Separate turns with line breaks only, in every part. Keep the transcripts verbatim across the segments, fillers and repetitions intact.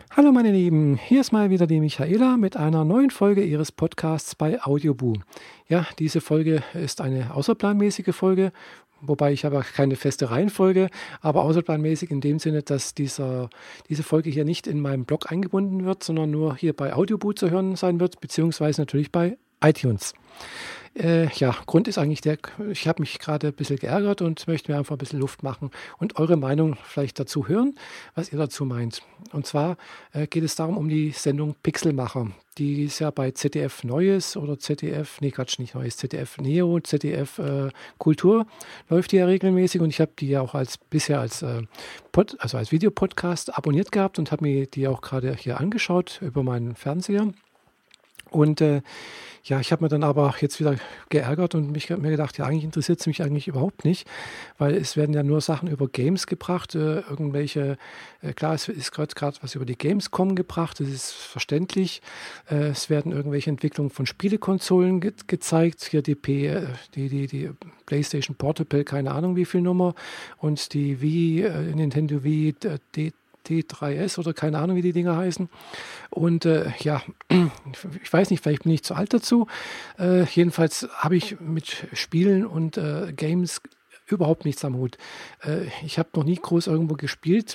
Hallo meine Lieben, hier ist mal wieder die Michaela mit einer neuen Folge Ihres Podcasts bei Audioboo. Ja, diese Folge ist eine außerplanmäßige Folge, wobei ich habe keine feste Reihenfolge, aber außerplanmäßig in dem Sinne, dass dieser, diese Folge hier nicht in meinem Blog eingebunden wird, sondern nur hier bei Audioboo zu hören sein wird, beziehungsweise natürlich bei iTunes. Äh, ja, Grund ist eigentlich der, ich habe mich gerade ein bisschen geärgert und möchte mir einfach ein bisschen Luft machen und eure Meinung vielleicht dazu hören, was ihr dazu meint. Und zwar äh, geht es darum, um die Sendung Pixelmacher, die ist ja bei Z D F Neues oder Z D F, nee Quatsch, nicht Neues, Z D F Neo, Z D F äh, Kultur läuft die ja regelmäßig und ich habe die ja auch als bisher als, äh, Pod, also als Videopodcast abonniert gehabt und habe mir die auch gerade hier angeschaut über meinen Fernseher. Und äh, ja, ich habe mir dann aber jetzt wieder geärgert und mich, mir gedacht, ja, eigentlich interessiert es mich eigentlich überhaupt nicht, weil es werden ja nur Sachen über Games gebracht, äh, irgendwelche, äh, klar, es ist gerade was über die Gamescom gebracht, das ist verständlich, äh, es werden irgendwelche Entwicklungen von Spielekonsolen ge gezeigt, hier die, P, äh, die, die, die PlayStation Portable, keine Ahnung wie viel Nummer und die Wii, äh, Nintendo Wii, äh, die T drei S oder keine Ahnung, wie die Dinger heißen. Und äh, ja, ich weiß nicht, vielleicht bin ich zu alt dazu. Äh, jedenfalls habe ich mit Spielen und äh, Games überhaupt nichts am Hut. Äh, ich habe noch nie groß irgendwo gespielt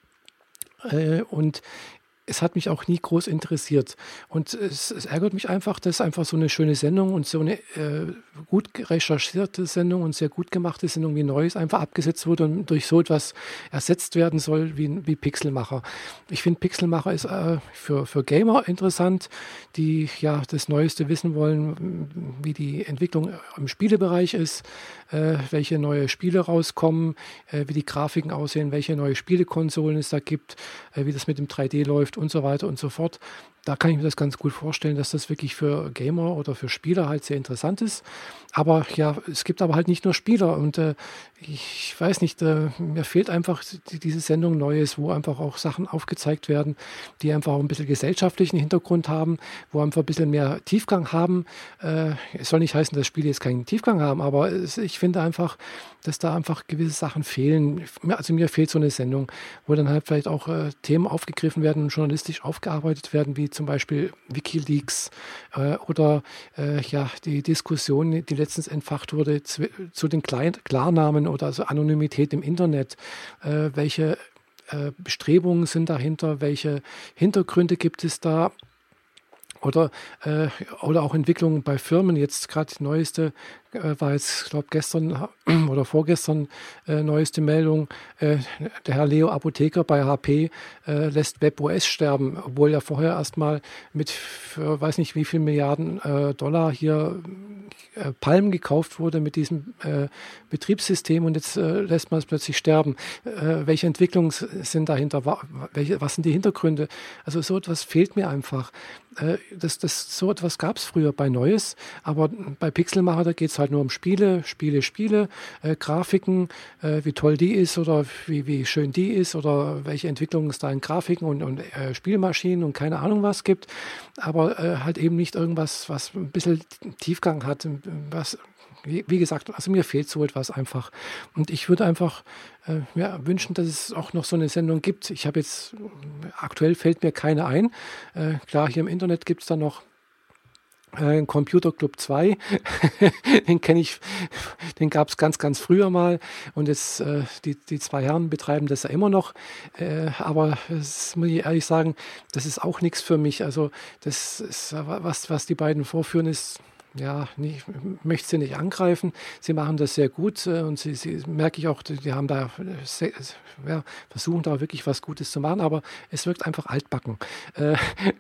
äh, und es hat mich auch nie groß interessiert. Und es, es ärgert mich einfach, dass einfach so eine schöne Sendung und so eine äh, gut recherchierte Sendung und sehr gut gemachte Sendung wie Neues einfach abgesetzt wurde und durch so etwas ersetzt werden soll wie, wie Pixelmacher. Ich finde, Pixelmacher ist äh, für, für Gamer interessant, die ja das Neueste wissen wollen, wie die Entwicklung im Spielebereich ist, äh, welche neue Spiele rauskommen, äh, wie die Grafiken aussehen, welche neue Spielekonsolen es da gibt, äh, wie das mit dem drei D läuft und so weiter und so fort. Da kann ich mir das ganz gut vorstellen, dass das wirklich für Gamer oder für Spieler halt sehr interessant ist. Aber ja, es gibt aber halt nicht nur Spieler und äh, ich weiß nicht, äh, mir fehlt einfach die, diese Sendung Neues, wo einfach auch Sachen aufgezeigt werden, die einfach auch ein bisschen gesellschaftlichen Hintergrund haben, wo einfach ein bisschen mehr Tiefgang haben. Äh, es soll nicht heißen, dass Spiele jetzt keinen Tiefgang haben, aber es, ich finde einfach, dass da einfach gewisse Sachen fehlen. Also mir fehlt so eine Sendung, wo dann halt vielleicht auch äh, Themen aufgegriffen werden und journalistisch aufgearbeitet werden, wie zum Beispiel WikiLeaks äh, oder äh, ja, die Diskussion, die letztens entfacht wurde zu, zu den Klein Klarnamen oder also Anonymität im Internet. Äh, welche äh, Bestrebungen sind dahinter? Welche Hintergründe gibt es da? Oder, äh, oder auch Entwicklungen bei Firmen. Jetzt gerade die neueste äh, war jetzt, ich glaube, gestern oder vorgestern äh, neueste Meldung. Äh, der Herr Leo Apotheker bei H P äh, lässt WebOS sterben, obwohl er vorher erstmal mit, für, weiß nicht wie viel Milliarden äh, Dollar hier äh, Palm gekauft wurde mit diesem äh, Betriebssystem und jetzt äh, lässt man es plötzlich sterben. Äh, welche Entwicklungen sind dahinter? Welche, was sind die Hintergründe? Also so etwas fehlt mir einfach. Das, das, so etwas gab es früher bei Neues, aber bei Pixelmacher, da geht es halt nur um Spiele, Spiele, Spiele, äh, Grafiken, äh, wie toll die ist oder wie, wie schön die ist oder welche Entwicklungen es da in Grafiken und, und äh, Spielmaschinen und keine Ahnung was gibt, aber äh, halt eben nicht irgendwas, was ein bisschen Tiefgang hat, was... Wie, wie gesagt, also mir fehlt so etwas einfach. Und ich würde einfach äh, ja, wünschen, dass es auch noch so eine Sendung gibt. Ich habe jetzt, aktuell fällt mir keine ein. Äh, klar, hier im Internet gibt es dann noch äh, Computer Club zwei. Den kenne ich, den gab es ganz, ganz früher mal. Und jetzt, äh, die, die zwei Herren betreiben das ja immer noch. Äh, aber das muss ich ehrlich sagen, das ist auch nichts für mich. Also das ist, was, was die beiden vorführen, ist... Ja, ich möchte sie nicht angreifen. Sie machen das sehr gut äh, und sie, sie merke ich auch, die, die haben da sehr, ja, versuchen da wirklich was Gutes zu machen, aber es wirkt einfach altbacken. Äh,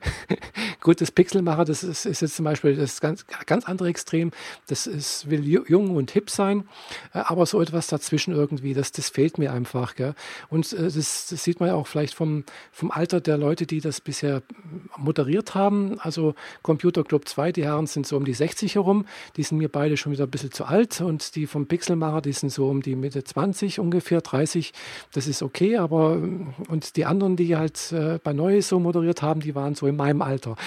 gut, das Pixelmacher, das ist, ist jetzt zum Beispiel das ganz, ganz andere Extrem. Das ist, will jung und hip sein, äh, aber so etwas dazwischen irgendwie, das, das fehlt mir einfach. Gell? Und äh, das, das sieht man ja auch vielleicht vom, vom Alter der Leute, die das bisher moderiert haben. Also Computer Club zwei, die Herren sind so um die sechzig herum, die sind mir beide schon wieder ein bisschen zu alt und die vom Pixelmacher, die sind so um die Mitte zwanzig ungefähr, dreißig, das ist okay, aber und die anderen, die halt äh, bei Neues so moderiert haben, die waren so in meinem Alter.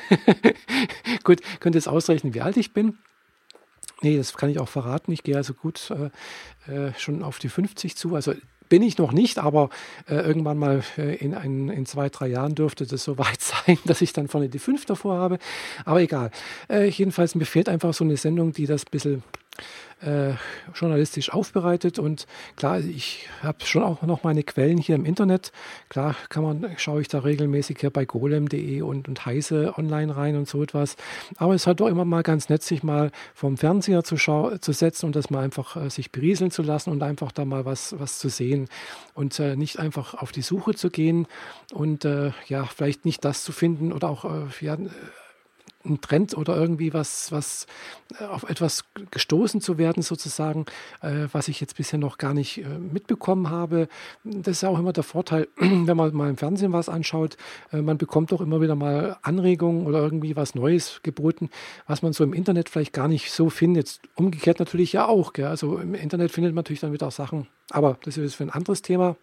Gut, könnt ihr jetzt ausrechnen, wie alt ich bin. Nee, das kann ich auch verraten. Ich gehe also gut äh, äh, schon auf die fünfzig zu, also bin ich noch nicht, aber äh, irgendwann mal äh, in, ein, in zwei, drei Jahren dürfte das so weit sein, dass ich dann vorne die fünf davor habe. Aber egal. Äh, jedenfalls, mir fehlt einfach so eine Sendung, die das ein bisschen äh, journalistisch aufbereitet. Und klar, ich habe schon auch noch meine Quellen hier im Internet. Klar, kann man, schaue ich da regelmäßig hier bei golem punkt de und, und Heise online rein und so etwas. Aber es ist halt doch immer mal ganz nett, sich mal vom Fernseher zu, schau zu setzen und das mal einfach äh, sich berieseln zu lassen und einfach da mal was, was zu sehen und äh, nicht einfach auf die Suche zu gehen und äh, ja, vielleicht nicht das zu finden oder auch äh, ja, ein Trend oder irgendwie was, was äh, auf etwas gestoßen zu werden sozusagen, äh, was ich jetzt bisher noch gar nicht äh, mitbekommen habe. Das ist ja auch immer der Vorteil, wenn man mal im Fernsehen was anschaut, äh, man bekommt doch immer wieder mal Anregungen oder irgendwie was Neues geboten, was man so im Internet vielleicht gar nicht so findet. Umgekehrt natürlich ja auch, gell? Also im Internet findet man natürlich dann wieder auch Sachen, aber das ist für ein anderes Thema.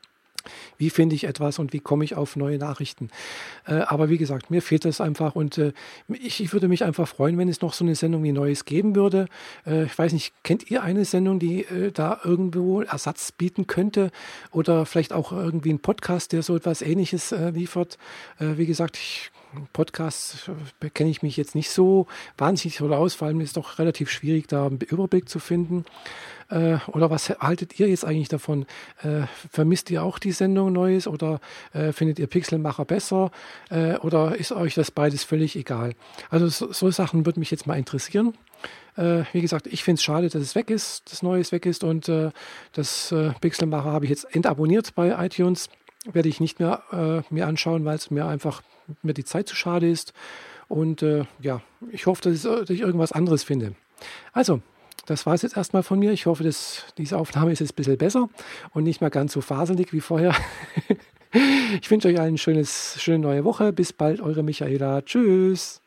Wie finde ich etwas und wie komme ich auf neue Nachrichten? Äh, aber wie gesagt, mir fehlt das einfach und äh, ich, ich würde mich einfach freuen, wenn es noch so eine Sendung wie Neues geben würde. Äh, ich weiß nicht, kennt ihr eine Sendung, die äh, da irgendwo Ersatz bieten könnte oder vielleicht auch irgendwie ein Podcast, der so etwas Ähnliches äh, liefert? Äh, wie gesagt, ich Podcasts äh, kenne ich mich jetzt nicht so wahnsinnig so aus, vor allem ist es doch relativ schwierig, da einen Überblick zu finden. Äh, oder was haltet ihr jetzt eigentlich davon? Äh, vermisst ihr auch die Sendung Neues oder äh, findet ihr Pixelmacher besser? Äh, oder ist euch das beides völlig egal? Also so, so Sachen würde mich jetzt mal interessieren. Äh, wie gesagt, ich finde es schade, dass es weg ist, das Neues weg ist und äh, das äh, Pixelmacher habe ich jetzt entabonniert bei iTunes. Werde ich nicht mehr äh, mir anschauen, weil es mir einfach mir die Zeit zu schade ist. Und äh, ja, ich hoffe, dass ich, dass ich irgendwas anderes finde. Also, das war es jetzt erstmal von mir. Ich hoffe, dass diese Aufnahme ist jetzt ein bisschen besser und nicht mehr ganz so faselig wie vorher. Ich wünsche euch allen eine schönes, schöne neue Woche. Bis bald, eure Michaela. Tschüss.